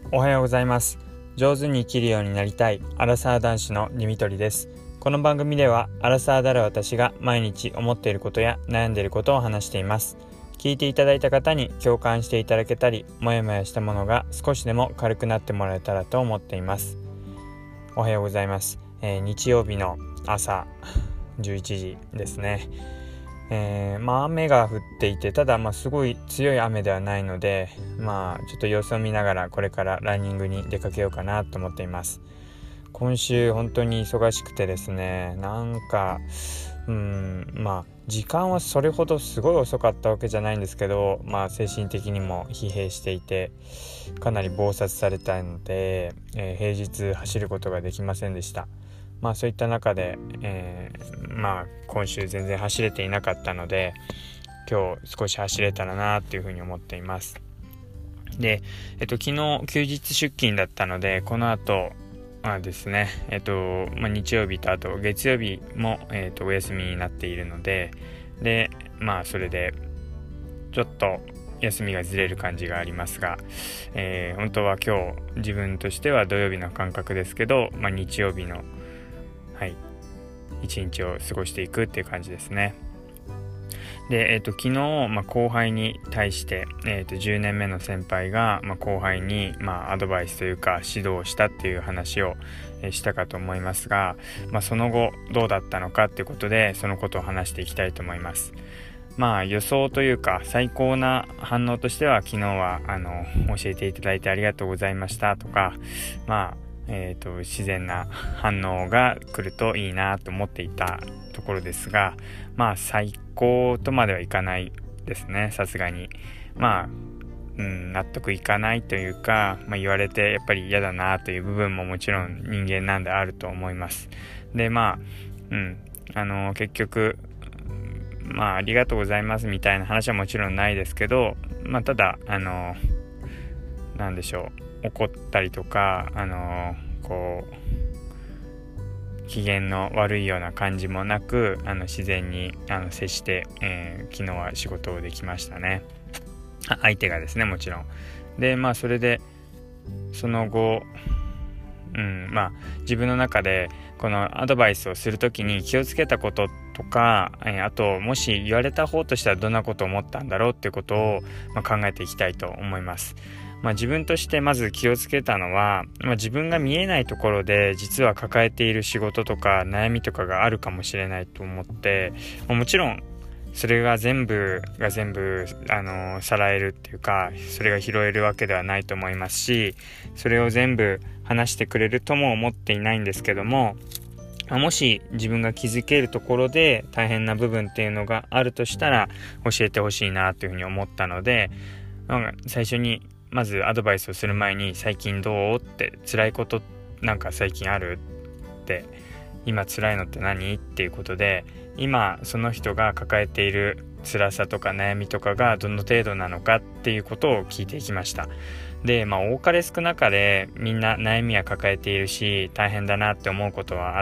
おはようございます。上手に生きるようになりたいアラサー男子のディミトリです。この番組ではアラサーである私が毎日思っていることや悩んでいることを話しています。聞いていただいた方に共感していただけたり、もやもやしたものが少しでも軽くなってもらえたらと思っています。おはようございます。日曜日の朝11時ですね。雨が降っていて、ただすごい強い雨ではないので、ちょっと様子を見ながらこれからランニングに出かけようかなと思っています。今週本当に忙しくてですね、時間はそれほどすごい遅かったわけじゃないんですけど、精神的にも疲弊していてかなり忙殺されたので、平日走ることができませんでした。そういった中で、今週全然走れていなかったので、今日少し走れたらなというふうに思っています。で、昨日休日出勤だったので、この後ですね、日曜日とあと月曜日も、お休みになっているので、それでちょっと休みがずれる感じがありますが、本当は今日自分としては土曜日の感覚ですけど、日曜日の一日を過ごしていくっていう感じですね。で、昨日、後輩に対して、10年目の先輩が、後輩に、アドバイスというか指導をしたっていう話を、したかと思いますが、その後どうだったのかっていうことで、そのことを話していきたいと思います。予想というか最高な反応としては、昨日は教えていただいてありがとうございましたとか、自然な反応が来るといいなと思っていたところですが、最高とまではいかないですね。さすがに納得いかないというか、言われてやっぱり嫌だなという部分ももちろん人間なんであると思います。で結局ありがとうございますみたいな話はもちろんないですけど、ただなんでしょう、怒ったりとか機嫌の悪いような感じもなく、自然に接して、昨日は仕事をできましたね。相手がですね、もちろんで、それでその後自分の中でこのアドバイスをするときに気をつけたこととか、あともし言われた方としてはどんなことを思ったんだろうっていうことを、考えていきたいと思います。自分としてまず気をつけたのは、自分が見えないところで実は抱えている仕事とか悩みとかがあるかもしれないと思って、もちろんそれが全部さらえるっていうか、それが拾えるわけではないと思いますし、それを全部話してくれるとも思っていないんですけども、もし自分が気づけるところで大変な部分っていうのがあるとしたら教えてほしいなというふうに思ったので、最初にまずアドバイスをする前に、最近どうって辛いことなんか最近あるって、今辛いのって何っていうことで、今その人が抱えている辛さとか悩みとかがどの程度なのかっていうことを聞いていきました。で、多かれ少なかれみんな悩みは抱えているし、大変だなって思うことはあって、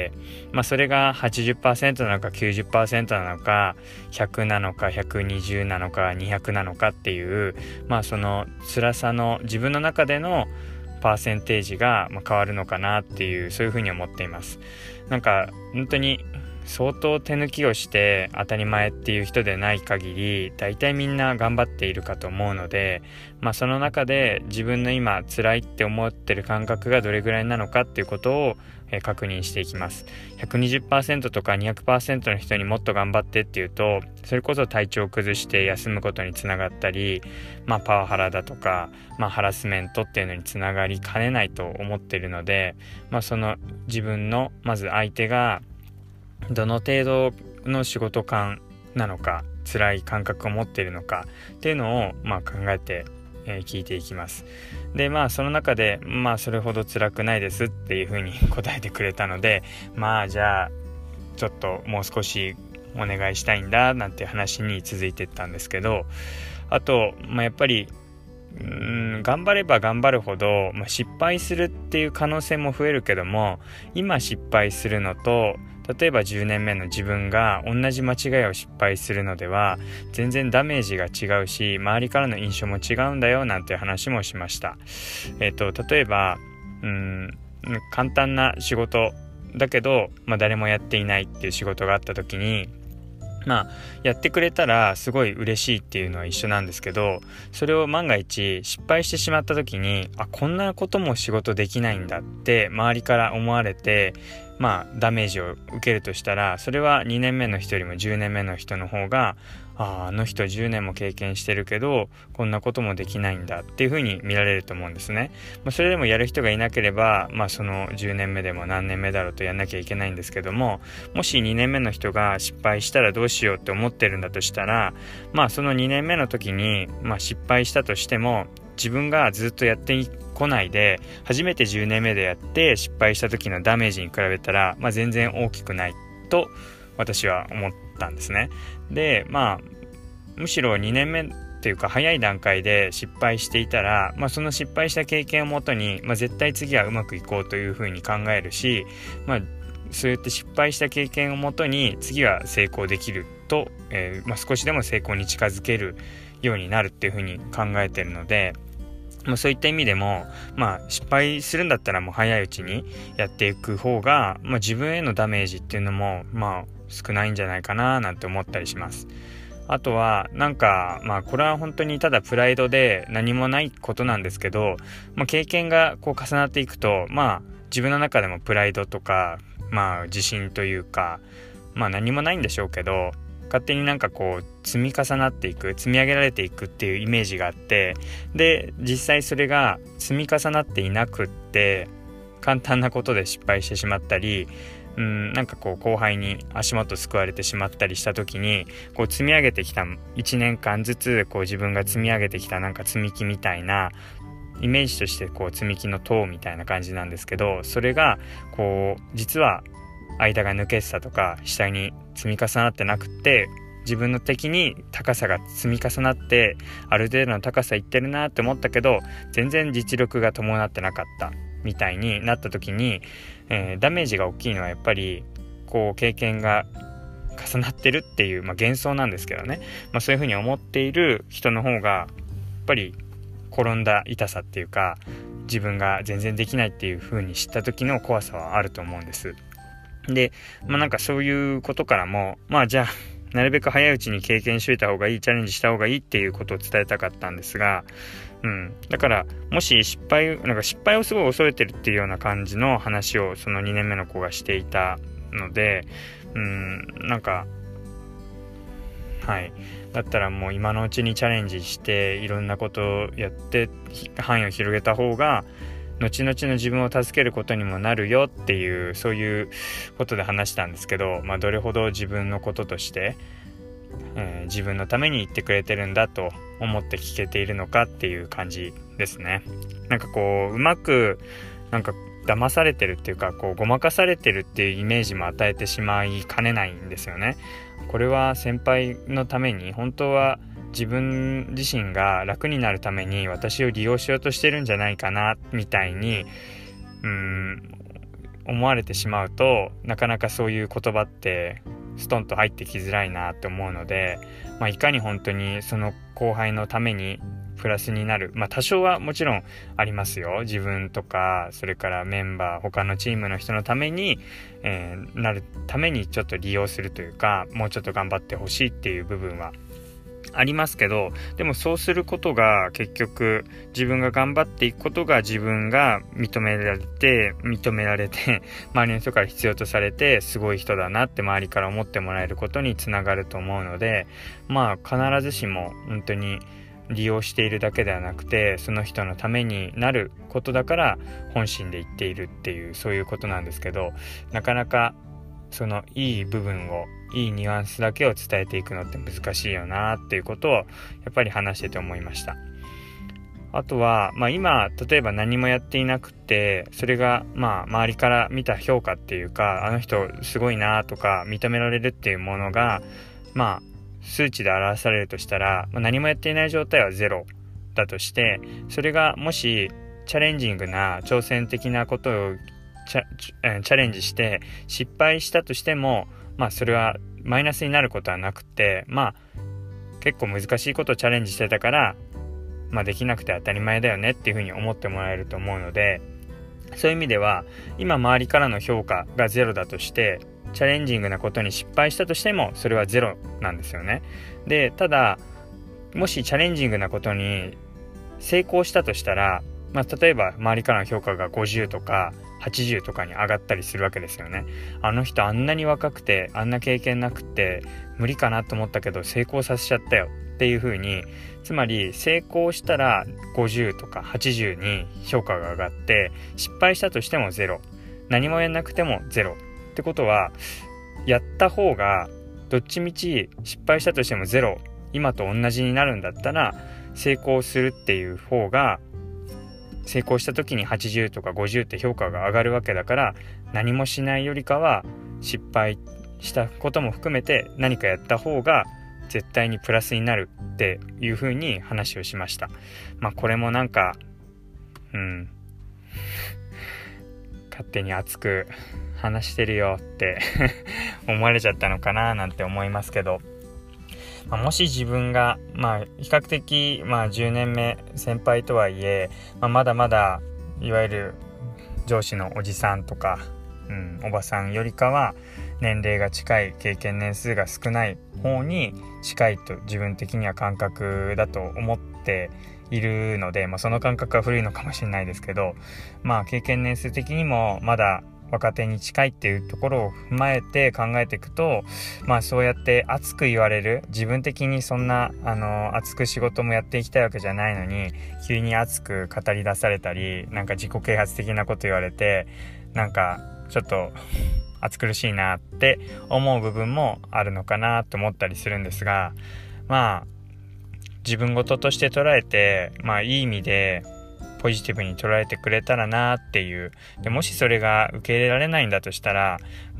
それが 80% なのか 90% なのか100なのか120なのか200なのかっていう、その辛さの自分の中でのパーセンテージが変わるのかなっていう、そういうふうに思っています。本当に相当手抜きをして当たり前っていう人でない限り、大体みんな頑張っているかと思うので、その中で自分の今辛いって思ってる感覚がどれぐらいなのかっていうことを確認していきます。 120% とか 200% の人にもっと頑張ってっていうと、それこそ体調を崩して休むことにつながったり、パワハラだとか、ハラスメントっていうのにつながりかねないと思っているので、その自分のまず相手がどの程度の仕事感なのか、辛い感覚を持っているのかっていうのを考えて聞いていきます。でその中でそれほど辛くないですっていうふうに答えてくれたので、じゃあちょっともう少しお願いしたいんだなんて話に続いていったんですけど、あとやっぱり頑張れば頑張るほど、失敗するっていう可能性も増えるけども、今失敗するのと例えば10年目の自分が同じ間違いを失敗するのでは全然ダメージが違うし、周りからの印象も違うんだよなんて話もしました。例えば簡単な仕事だけど、誰もやっていないっていう仕事があった時に、やってくれたらすごい嬉しいっていうのは一緒なんですけど、それを万が一失敗してしまった時に、こんなことも仕事できないんだって周りから思われて、ダメージを受けるとしたら、それは2年目の人よりも10年目の人の方が、あの人10年も経験してるけどこんなこともできないんだっていう風に見られると思うんですね。それでもやる人がいなければ、その10年目でも何年目だろうとやんなきゃいけないんですけども、もし2年目の人が失敗したらどうしようって思ってるんだとしたら、その2年目の時に、失敗したとしても自分がずっとやってこないで初めて10年目でやって失敗した時のダメージに比べたら、全然大きくないと私は思ったんですね。で、むしろ2年目っていうか早い段階で失敗していたら、その失敗した経験をもとに、絶対次はうまくいこうというふうに考えるし、そうやって失敗した経験をもとに次は成功できると、少しでも成功に近づけるようになるっていうふうに考えているので、そういった意味でも、失敗するんだったらもう早いうちにやっていく方が、自分へのダメージっていうのも少ないんじゃないかななんて思ったりします。あとはこれは本当にただプライドで何もないことなんですけど、経験がこう重なっていくと、自分の中でもプライドとか、自信というか、何もないんでしょうけど、勝手に積み重なっていく、積み上げられていくっていうイメージがあって、で実際それが積み重なっていなくって、簡単なことで失敗してしまったり、後輩に足元すくわれてしまったりした時に、積み上げてきた1年間ずつ自分が積み上げてきた積み木みたいなイメージとして積み木の塔みたいな感じなんですけど、それが実は間が抜けてたとか下に積み重なってなくって、自分の敵に高さが積み重なってある程度の高さいってるなって思ったけど全然実力が伴ってなかったみたいになった時に、ダメージが大きいのはやっぱり経験が重なってるっていう、幻想なんですけどね、そういうふうに思っている人の方がやっぱり転んだ痛さっていうか、自分が全然できないっていうふうに知った時の怖さはあると思うんです。で、そういうことからもじゃあなるべく早いうちに経験しといた方がいい、チャレンジした方がいいっていうことを伝えたかったんですが、だからもし失敗をすごい恐れてるっていうような感じの話をその2年目の子がしていたので、だったらもう今のうちにチャレンジしていろんなことをやって範囲を広げた方が後々の自分を助けることにもなるよっていう、そういうことで話したんですけど、どれほど自分のこととして、自分のために言ってくれてるんだと思って聞けているのかっていう感じですね。うまく騙されてるっていうかごまかされてるっていうイメージも与えてしまいかねないんですよね。これは先輩のために、本当は自分自身が楽になるために私を利用しようとしてるんじゃないかなみたいに思われてしまうと、なかなかそういう言葉ってストンと入ってきづらいなって思うので、いかに本当にその後輩のためにプラスになる、多少はもちろんありますよ。自分とかそれからメンバー他のチームの人のために、なるためにちょっと利用するというか、もうちょっと頑張ってほしいっていう部分はありますけど、でもそうすることが結局自分が頑張っていくことが自分が認められて周りの人から必要とされてすごい人だなって周りから思ってもらえることにつながると思うので、必ずしも本当に利用しているだけではなくて、その人のためになることだから本心で言っているっていう、そういうことなんですけど、なかなかそのいい部分を、いいニュアンスだけを伝えていくのって難しいよなっていうことをやっぱり話してて思いました。あとは、今例えば何もやっていなくて、それが周りから見た評価っていうか、あの人すごいなとか認められるっていうものが数値で表されるとしたら、何もやっていない状態はゼロだとして、それがもしチャレンジングな挑戦的なことをチャレンジして失敗したとしても、それはマイナスになることはなくて、結構難しいことをチャレンジしてたから、できなくて当たり前だよねっていうふうに思ってもらえると思うので、そういう意味では今周りからの評価がゼロだとして、チャレンジングなことに失敗したとしてもそれはゼロなんですよね。で、ただもしチャレンジングなことに成功したとしたら、例えば周りからの評価が50とか80とかに上がったりするわけですよね。あの人あんなに若くてあんな経験なくて無理かなと思ったけど成功させちゃったよっていう風に、つまり成功したら50とか80に評価が上がって、失敗したとしてもゼロ、何もやんなくてもゼロってことは、やった方がどっちみち失敗したとしてもゼロ、今と同じになるんだったら、成功するっていう方が、成功した時に80とか50って評価が上がるわけだから、何もしないよりかは失敗したことも含めて何かやった方が絶対にプラスになるっていう風に話をしました。これもなんか勝手に熱く話してるよって思われちゃったのかななんて思いますけど、もし自分が比較的10年目先輩とはいえ、まだまだいわゆる上司のおじさんとか、おばさんよりかは年齢が近い、経験年数が少ない方に近いと自分的には感覚だと思っているので、その感覚は古いのかもしれないですけど、経験年数的にもまだ若手に近いっていうところを踏まえて考えていくと、そうやって熱く言われる、自分的にそんな熱く仕事もやっていきたいわけじゃないのに、急に熱く語り出されたり、自己啓発的なこと言われて、ちょっと暑苦しいなって思う部分もあるのかなと思ったりするんですが、自分事として捉えて、いい意味でポジティブに捉えてくれたらなっていう。でもしそれが受け入れられないんだとしたら、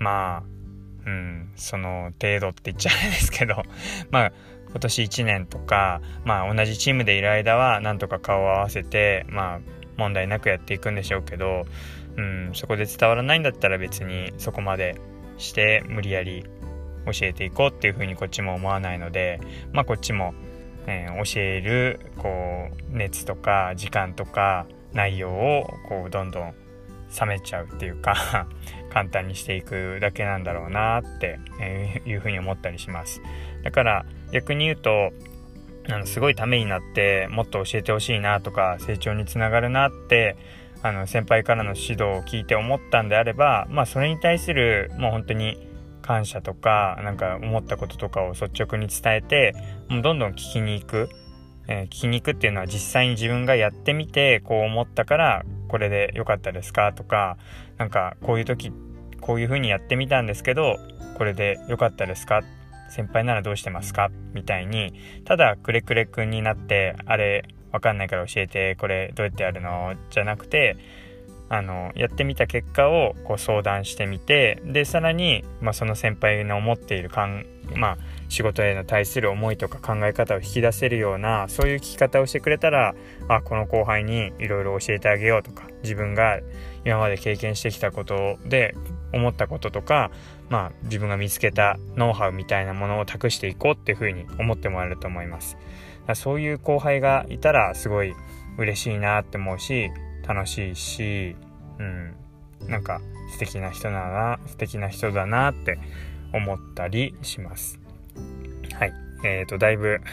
その程度って言っちゃうんですけど今年1年とか、同じチームでいる間はなんとか顔を合わせて、問題なくやっていくんでしょうけど、そこで伝わらないんだったら別にそこまでして無理やり教えていこうっていうふうにこっちも思わないので、こっちも、教える熱とか時間とか内容をどんどん冷めちゃうっていうか簡単にしていくだけなんだろうなって、いうふうに思ったりします。だから逆に言うとすごいためになってもっと教えてほしいなとか、成長につながるなって先輩からの指導を聞いて思ったんであれば、それに対するもう本当に感謝とか思ったこととかを率直に伝えて、もうどんどん聞きに行く、聞きに行くっていうのは実際に自分がやってみてこう思ったからこれで良かったですかとか、こういう時こういう風にやってみたんですけどこれで良かったですか、先輩ならどうしてますかみたいに、ただくれくれくんになってあれわかんないから教えて、これどうやってやるのじゃなくて、やってみた結果を相談してみて、でさらに、その先輩の思っている仕事への対する思いとか考え方を引き出せるような、そういう聞き方をしてくれたら、この後輩にいろいろ教えてあげようとか、自分が今まで経験してきたことで思ったこととか、自分が見つけたノウハウみたいなものを託していこうっていうふうに思ってもらえると思います。そういう後輩がいたらすごい嬉しいなって思うし、楽しいし、素敵な人だなって思ったりします。はい、だいぶ、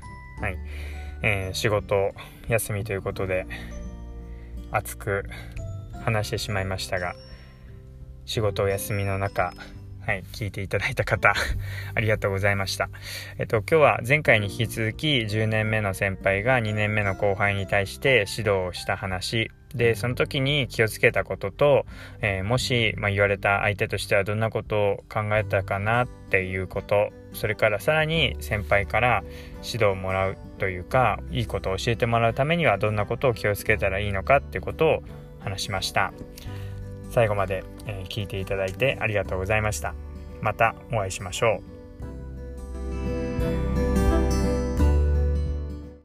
仕事休みということで熱く話してしまいましたが、仕事お休みの中、聞いていただいた方ありがとうございました。今日は前回に引き続き10年目の先輩が2年目の後輩に対して指導をした話で、その時に気をつけたことと、もし、言われた相手としてはどんなことを考えたかなっていうこと、それからさらに先輩から指導をもらうというか、いいことを教えてもらうためにはどんなことを気をつけたらいいのかっていうことを話しました。最後まで、聞いていただいてありがとうございました。またお会いしましょう。